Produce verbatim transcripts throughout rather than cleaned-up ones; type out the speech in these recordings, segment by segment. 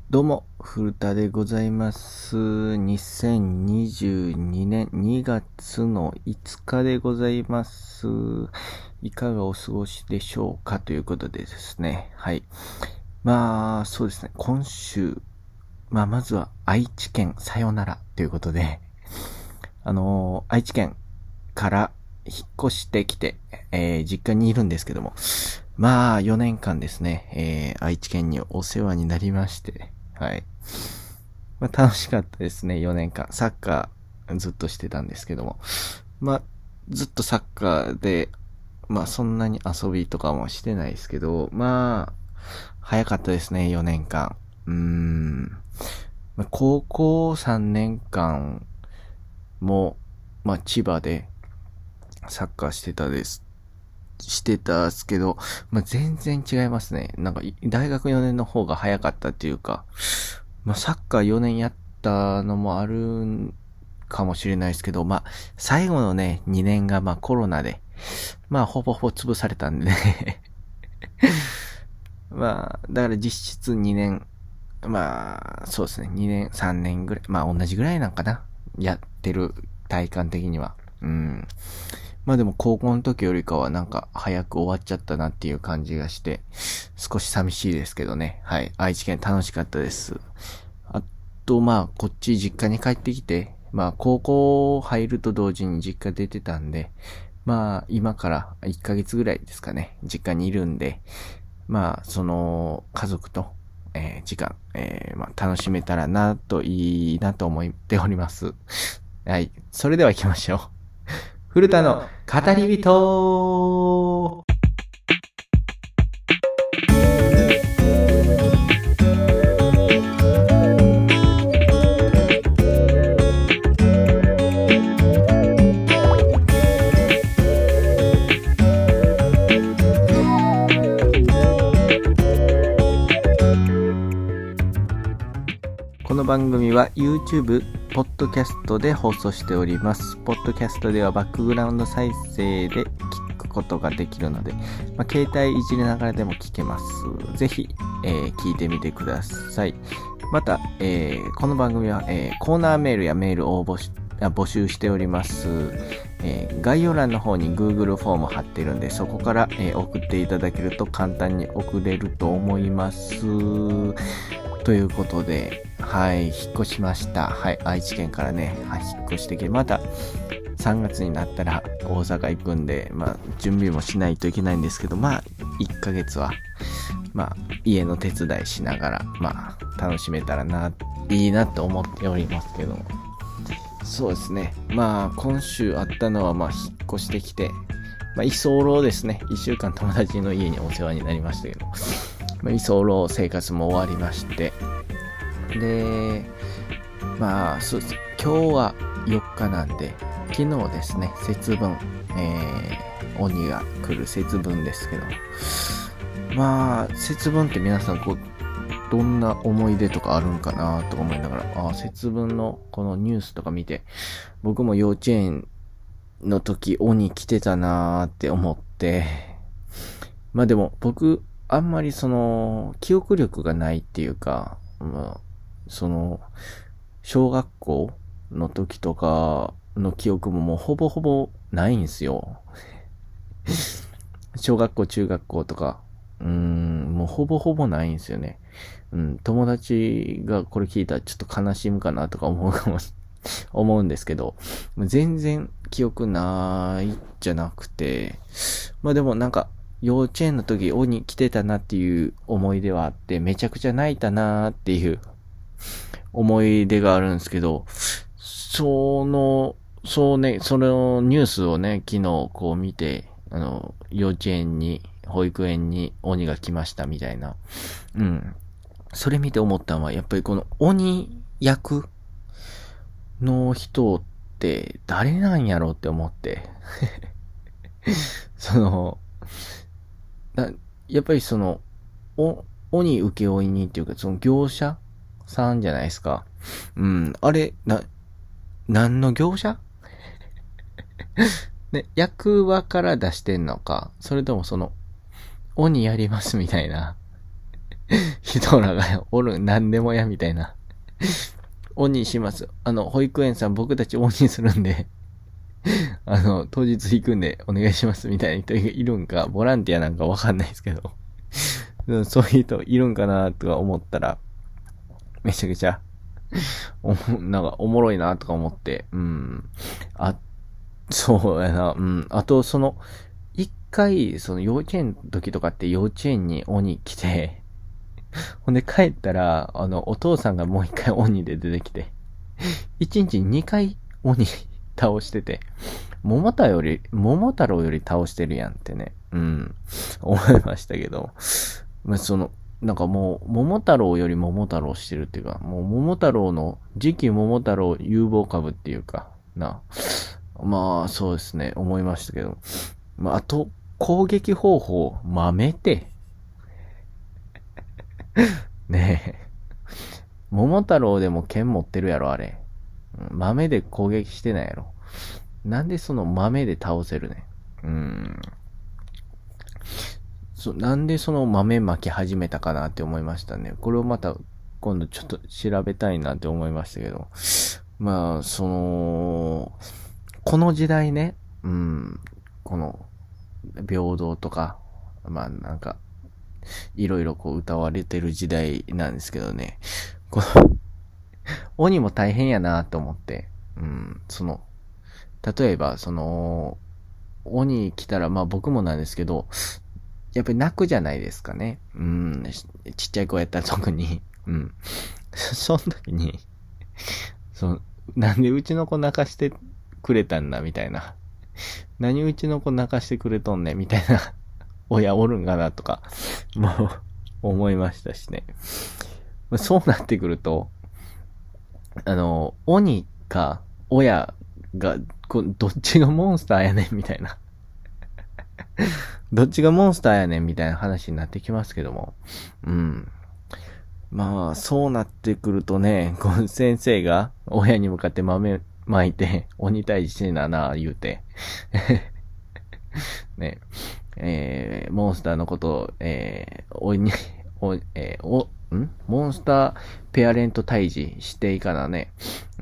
どうも、古田でございます。にせんにじゅうにねんにがつのいつかでございます。いかがお過ごしでしょうかということでですね。はい。まあ、そうですね。今週、まあ、まずは愛知県さよならということで、あのー、愛知県から引っ越してきて、えー、実家にいるんですけども、まあ、よねんかんですね、えー、愛知県にお世話になりまして、はい。まあ、楽しかったですね、よねんかん。サッカーずっとしてたんですけども。まあ、ずっとサッカーで、まあそんなに遊びとかもしてないですけど、まあ、早かったですね、よねんかん。うーん。まあ、高校さんねんかんも、まあ千葉でサッカーしてたです。してたっすけど、まあ全然違いますね。なんか大学よねんの方が早かったっていうか、まあ、サッカーよねんやったのもあるかもしれないですけど、まあ、最後のね、にねんがまあコロナで、まあ、ほぼほぼ潰されたんでね。まあ、だから実質にねん、まあ、そうですね、にねん、さんねんぐらい、まあ同じぐらいなんかな。やってる体感的には。うん。まあでも高校の時よりかはなんか早く終わっちゃったなっていう感じがして、少し寂しいですけどね。はい。愛知県楽しかったです。あと、まあ、こっち実家に帰ってきて、まあ、高校入ると同時に実家出てたんで、まあ、今からいっかげつぐらいですかね、実家にいるんで、まあ、その、家族と、えー、時間、えー、まあ、楽しめたらな、といいなと思っております。はい。それでは行きましょう。古田の語り人。この番組は YouTube、ポッドキャストで放送しております。ポッドキャストではバックグラウンド再生で聞くことができるので、まあ、携帯いじりながらでも聞けます。ぜひ、えー、聞いてみてください。また、えー、この番組は、えー、コーナーメールやメールを応募し募集しております。えー、概要欄の方に Google フォーム貼ってるんで、そこから、えー、送っていただけると簡単に送れると思います。ということで、はい、引っ越しました。はい、愛知県からね、はい、引っ越してきて、またさんがつになったら大阪行くんで、まあ、準備もしないといけないんですけど、まあ、いっかげつは、まあ、家の手伝いしながら、まあ、楽しめたらな、いいなと思っておりますけど、そうですね。まあ、今週あったのは、まあ、引っ越してきて、まあ、居候ですね。いっしゅうかん友達の家にお世話になりましたけど、まあ、居候生活も終わりまして、で、まあ、そうです。今日はよっかなんで、昨日ですね、節分、えー、鬼が来る節分ですけど、まあ、節分って皆さん、こう、どんな思い出とかあるんかなとか思いながら、ああ、節分のこのニュースとか見て、僕も幼稚園の時鬼来てたなーって思って、まあでも僕、あんまりその、記憶力がないっていうか、まあ、その、小学校の時とかの記憶ももうほぼほぼないんすよ。小学校、中学校とか、うーん、もうほぼほぼないんですよね。うん、友達がこれ聞いたらちょっと悲しむかなとか思うかもし、思うんですけど、全然記憶ないじゃなくて、まあでもなんか、幼稚園の時鬼来てたなっていう思い出はあって、めちゃくちゃ泣いたなーっていう思い出があるんですけど、その、そうね、そのニュースをね、昨日こう見て、あの、幼稚園に、保育園に鬼が来ましたみたいな。うん。それ見て思ったのは、やっぱりこの鬼役の人って誰なんやろうって思って。その、やっぱりその、お、鬼請負人っていうか、その業者さんじゃないですか。うん。あれ、な、何の業者ね、役場から出してんのか、それともその、鬼やりますみたいな。 人らがおる、何でもや、みたいな。鬼します。あの、保育園さん僕たち鬼するんで、あの、当日行くんでお願いしますみたいな人がいるんか、ボランティアなんかわかんないですけど、そういう人いるんかなとか思ったら、めちゃくちゃ、おも、なんかおもろいなとか思って、うん。あ、そうやな、うん。あと、その、一回、その幼稚園の時とかって幼稚園に鬼来て、ほんで帰ったら、あの、お父さんがもう一回鬼で出てきて、一日にかい鬼倒してて、桃太郎より、桃太郎より倒してるやんってね、うん、思いましたけど、まあ、その、なんかもう、桃太郎より桃太郎してるっていうか、もう桃太郎の、次期桃太郎有望株っていうか、な、まあ、そうですね、思いましたけど、まあ、あと、攻撃方法、豆て、ねえ、桃太郎でも剣持ってるやろ、あれ。豆で攻撃してないやろ。なんでその豆で倒せるね。うーん。そ、なんでその豆巻き始めたかなって思いましたね。これをまた今度ちょっと調べたいなって思いましたけど。まあ、その、この時代ね、うん、この、平等とか、まあなんか、いろいろこう歌われてる時代なんですけどね。この、鬼も大変やなと思って、うん、その、例えば、その、鬼来たら、まあ僕もなんですけど、やっぱり泣くじゃないですかね。うん、ちっちゃい子やったら特に。うん。その時に、その、なんでうちの子泣かしてくれたんだみたいな。何うちの子泣かしてくれとんねんみたいな親おるんかなとか、もう思いましたしね。そうなってくると、あの、鬼か親が、こどっちがモンスターやねんみたいな。どっちがモンスターやねんみたいな話になってきますけども。うん。まあ、そうなってくるとね、この先生が親に向かって豆巻いて、鬼退治してなな、言うて。ね。えー、モンスターのことを、えー、おに、お、えー、お、んモンスターペアレント退治していかなね。うん。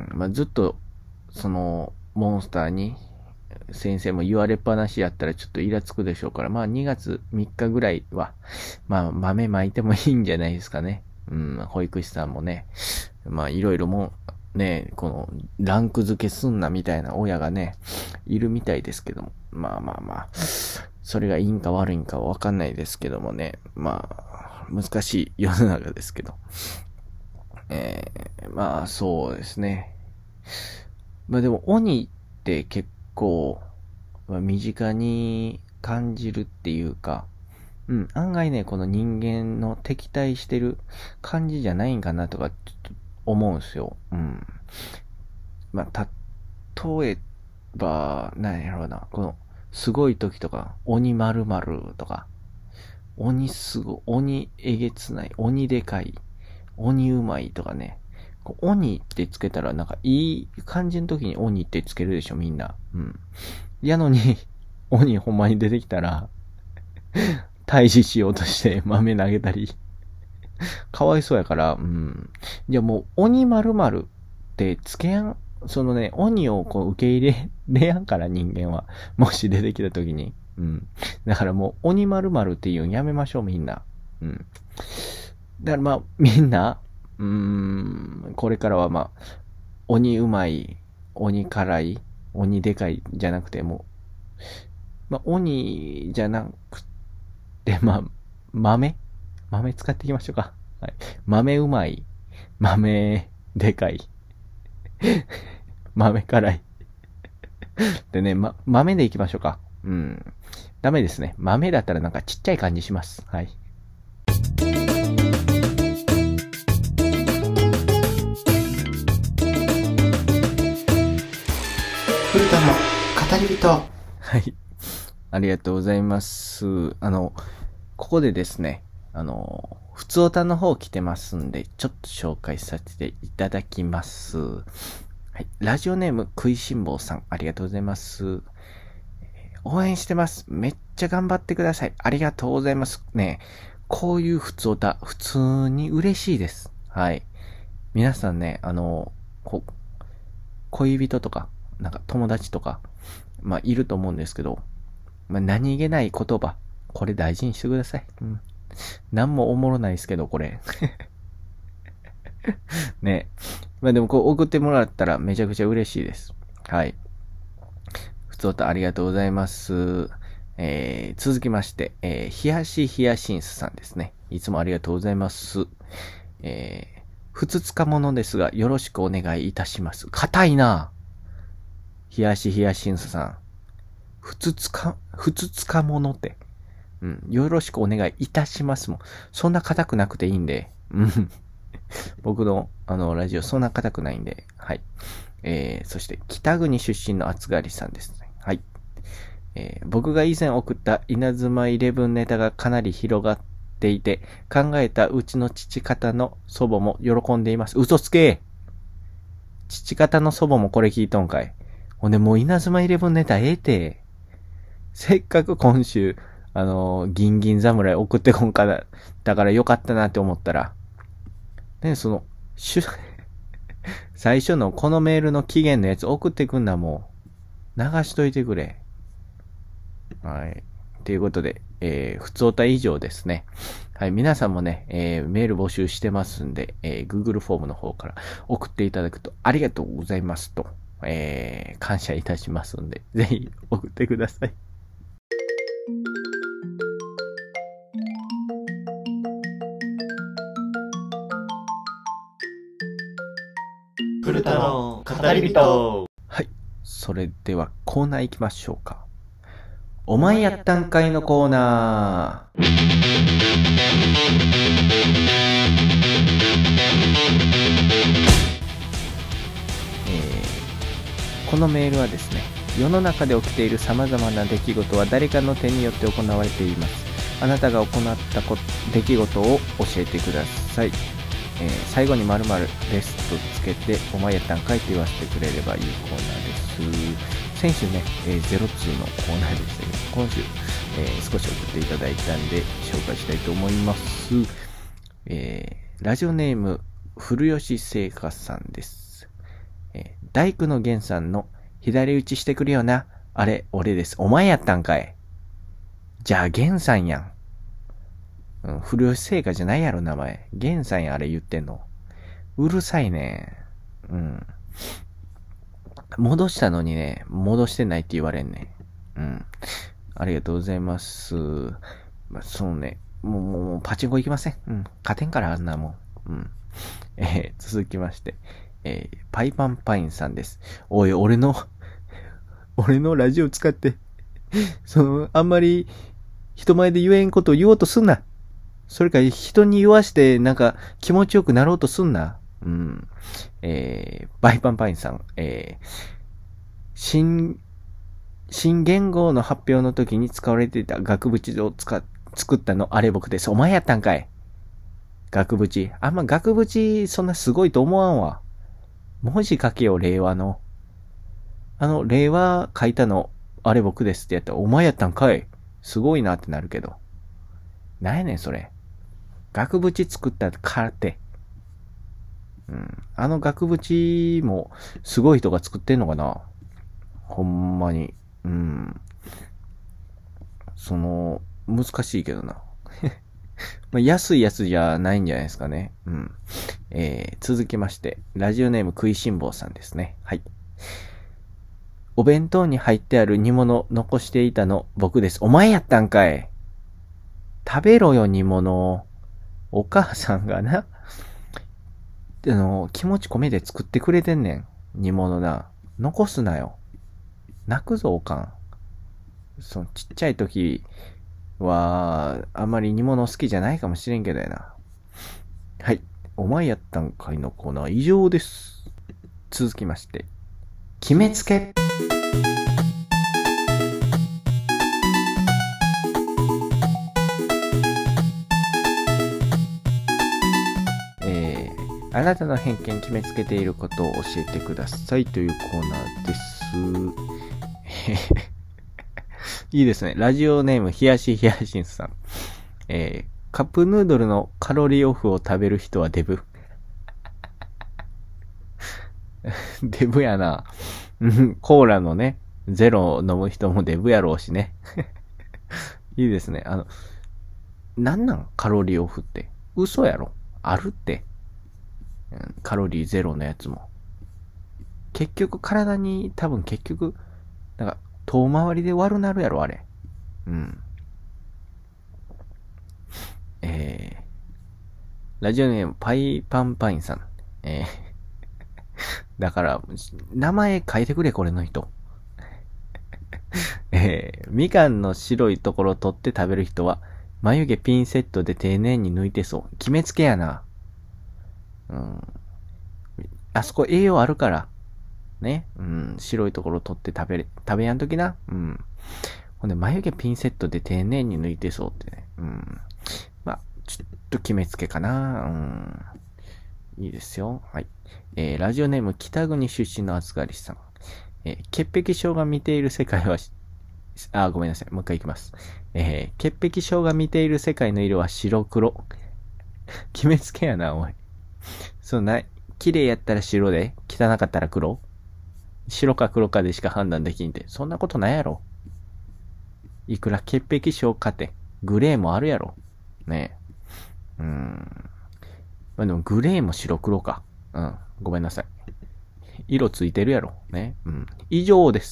まあ、ずっと、その、モンスターに、先生も言われっぱなしやったらちょっとイラつくでしょうから、まあにがつみっかぐらいは、まあ豆巻いてもいいんじゃないですかね。うん、保育士さんもね、まあいろいろもう、ね、このランク付けすんなみたいな親がね、いるみたいですけども、まあまあまあ、それがいいんか悪いんかはわかんないですけどもね、まあ、難しい世の中ですけど。えー、まあそうですね。まあでも鬼って結構、まあ、身近に感じるっていうか、うん、案外ね、この人間の敵対してる感じじゃないんかなとか、ちょっと思うんすよ。うん。まあ、例えば、なんやろうな、この、すごい時とか、鬼〇〇とか、鬼すご、鬼えげつない、鬼でかい、鬼うまいとかね、鬼ってつけたらなんかいい感じの時に鬼ってつけるでしょ、みんな。うん。やのに、鬼ほんまに出てきたら、退治しようとして豆投げたり、かわいそうやから、うん。じゃあもう、鬼〇〇ってつけやん、そのね、鬼をこう受け入れれやんから人間は。もし出てきた時に。うん。だからもう、鬼〇〇っていうのやめましょう、みんな。うん。だからまあ、みんな、うーん、これからはまあ、鬼うまい、鬼辛い、鬼でかいじゃなくても、まあ、鬼じゃなくて、まあ、豆豆使っていきましょうか。はい。豆うまい、豆でかい、豆辛い。でね、ま、豆でいきましょうか。うん。ダメですね。豆だったらなんかちっちゃい感じします。はい。古田の語り人。はい。ありがとうございます。あの、ここでですね、あの、ふつおたの方来てますんで、ちょっと紹介させていただきます。はい。ラジオネーム、食いしん坊さん、ありがとうございます。応援してます。めっちゃ頑張ってください。ありがとうございます。ね、 こういう普通歌、普通に嬉しいです。はい。皆さんね、あの、こ恋人とか、なんか友達とか、まあ、いると思うんですけど、まあ、何気ない言葉、これ大事にしてください。うん。なんもおもろないですけど、これ。ね。まあでもこう送ってもらったらめちゃくちゃ嬉しいです。はい。ふつおたありがとうございます。えー、続きまして、えー、ひやしひやしんすさんですね。いつもありがとうございます。えー、ふつつかものですが、よろしくお願いいたします。硬いな。ひやしひやしんすさん。ふつつか、ふつつかものって。うん。よろしくお願いいたしますもん。そんな硬くなくていいんで。うん。僕の、あの、ラジオ、そんな硬くないんで。はい。えー、そして、北国出身の厚刈りさんですね。はい。えー、僕が以前送った稲妻イレブンネタがかなり広がっていて、考えたうちの父方の祖母も喜んでいます。嘘つけ！父方の祖母もこれ聞いとんかい。ほんで、もう稲妻イレブンネタええて。せっかく今週、あのー、ギンギン侍送ってこんから、だからよかったなって思ったら、ね、その、しゅ、最初のこのメールの期限のやつ送ってくんな、もう。流しといてくれ。はい。ということで、えー、普通おた以上ですね。はい。皆さんもね、えー、メール募集してますんで、えー、Google フォームの方から送っていただくとありがとうございますと、えー、感謝いたしますんで、ぜひ送ってください。 古田の語り人。 はい。それではコーナー行きましょうか。お前やったんかいのコーナー。えー、このメールはですね、世の中で起きている様々な出来事は誰かの手によって行われています。あなたが行ったこ出来事を教えてください。えー、最後に〇〇ですとつけて、お前やったんかいって言わせてくれればいいコーナーです。先週ね、えー、ゼロツーのコーナーでしたけど、今週、えー、少し送っていただいたんで、紹介したいと思います。えー、ラジオネーム、古吉聖華さんです。えー、大工の源さんの左打ちしてくれよな。あれ、俺です。お前やったんかい。じゃあ、源さんやん。うん、古吉聖華じゃないやろ、名前。源さんや、あれ言ってんの。うるさいね。うん。戻したのにね、戻してないって言われんね。うん。ありがとうございます。まあ、そうね。もう、もう、もうパチンコ行きません。うん。勝てんから、あんなもん。うん。えー、続きまして、えー、パイパンパインさんです。おい、俺の、俺のラジオ使って、その、あんまり、人前で言えんことを言おうとすんな。それか人に言わしてなんか気持ちよくなろうとすんな。うん。えー、バイパンパインさん。えー、新、新元号の発表の時に使われていた額縁を使っ、作ったのあれ僕です。お前やったんかい。額縁。あんま額縁そんなすごいと思わんわ。文字書けよ、令和の。あの、令和書いたのあれ僕ですってやったらお前やったんかい。すごいなってなるけど。なんやねんそれ。額縁作ったからって。うん。あの額縁もすごい人が作ってんのかな。ほんまに。うん。その、難しいけどな。まあ安いやつじゃないんじゃないですかね。うん。えー、続きまして、ラジオネーム食いしん坊さんですね。はい。お弁当に入ってある煮物残していたの僕です。お前やったんかい。食べろよ煮物。お母さんがな、あの、気持ち込めて作ってくれてんねん。煮物な。残すなよ。泣くぞ、おかん。そのちっちゃい時は、あんまり煮物好きじゃないかもしれんけどやな。はい。お前やったんかいのコーナー以上です。続きまして、決めつけ。あなたの偏見決めつけていることを教えてくださいというコーナーです。いいですね。ラジオネーム、ひやしひやしんさん。えー、 カップヌードルのカロリーオフを食べる人はデブ。デブやな。コーラのね、ゼロ飲む人もデブやろうしね。いいですね。あの、なんなんカロリーオフって。嘘やろ。あるって。カロリーゼロのやつも。結局体に多分結局、なんか遠回りで悪なるやろ、あれ。うん。えー、ラジオネームパイパンパインさん。えー、だから、名前書いてくれ、これの人。えー、みかんの白いところ取って食べる人は、眉毛ピンセットで丁寧に抜いてそう。決めつけやな。うん。あそこ栄養あるから。ね。うん。白いところ取って食べれ、食べやんときな。うん。ほんで、眉毛ピンセットで丁寧に抜いてそうってね。うん。まあ、ちょっと決めつけかな。うん。いいですよ。はい。えー、ラジオネーム北国出身のあつがりさん。えー、潔癖症が見ている世界は、あ、ごめんなさい。もう一回いきます。えー、潔癖症が見ている世界の色は白黒。決めつけやな、おい。そうな、綺麗やったら白で、汚かったら黒？白か黒かでしか判断できんて。そんなことないやろ。いくら潔癖症かて、グレーもあるやろ。ねえ。うーん。まあでもグレーも白黒か。うん。ごめんなさい。色ついてるやろ。ね。うん。以上です。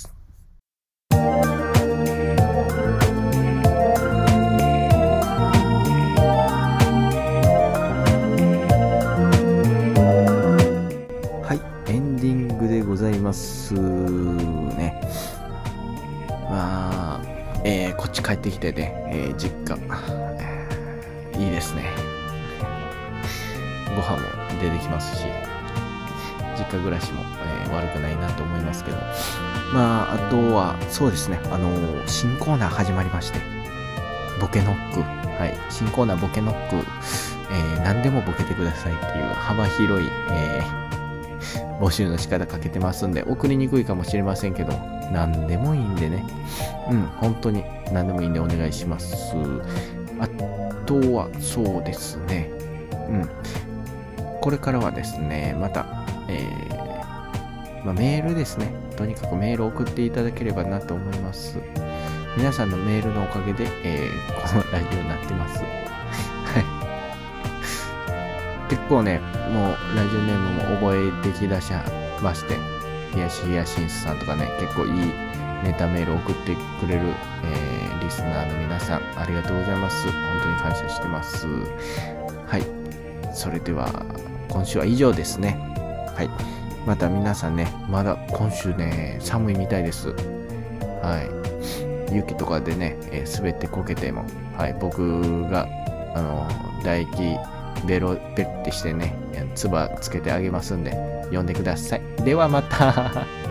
ございますね。まあ、えー、こっち帰ってきてね、えー、実家、えー、いいですね。ご飯も出てきますし、実家暮らしも、えー、悪くないなと思いますけど、まあ、あとは、そうですね、あのー、新コーナー始まりまして、ボケノック、はい、新コーナーボケノック、えー、何でもボケてくださいっていう幅広い、えー募集の仕方かけてますんで、送りにくいかもしれませんけど、何でもいいんでね。うん、本当に何でもいいんでお願いします。あとは、そうですね。うん。これからはですね、また、えー、まあ、メールですね。とにかくメールを送っていただければなと思います。皆さんのメールのおかげで、えー、このラジオになってます。はい。結構ね、もうラジオネームも覚えてきだしまして、ヒヤシヒヤシンスさんとかね、結構いいネタメールを送ってくれる、えー、リスナーの皆さん、ありがとうございます。本当に感謝してます。はい。それでは、今週は以上ですね。はい。また皆さんね、まだ今週ね、寒いみたいです。はい。雪とかでね、えー、滑ってこけても、はい。僕が、あの、唾液、ベロベッてしてね、つばつけてあげますんで、呼んでください。ではまた。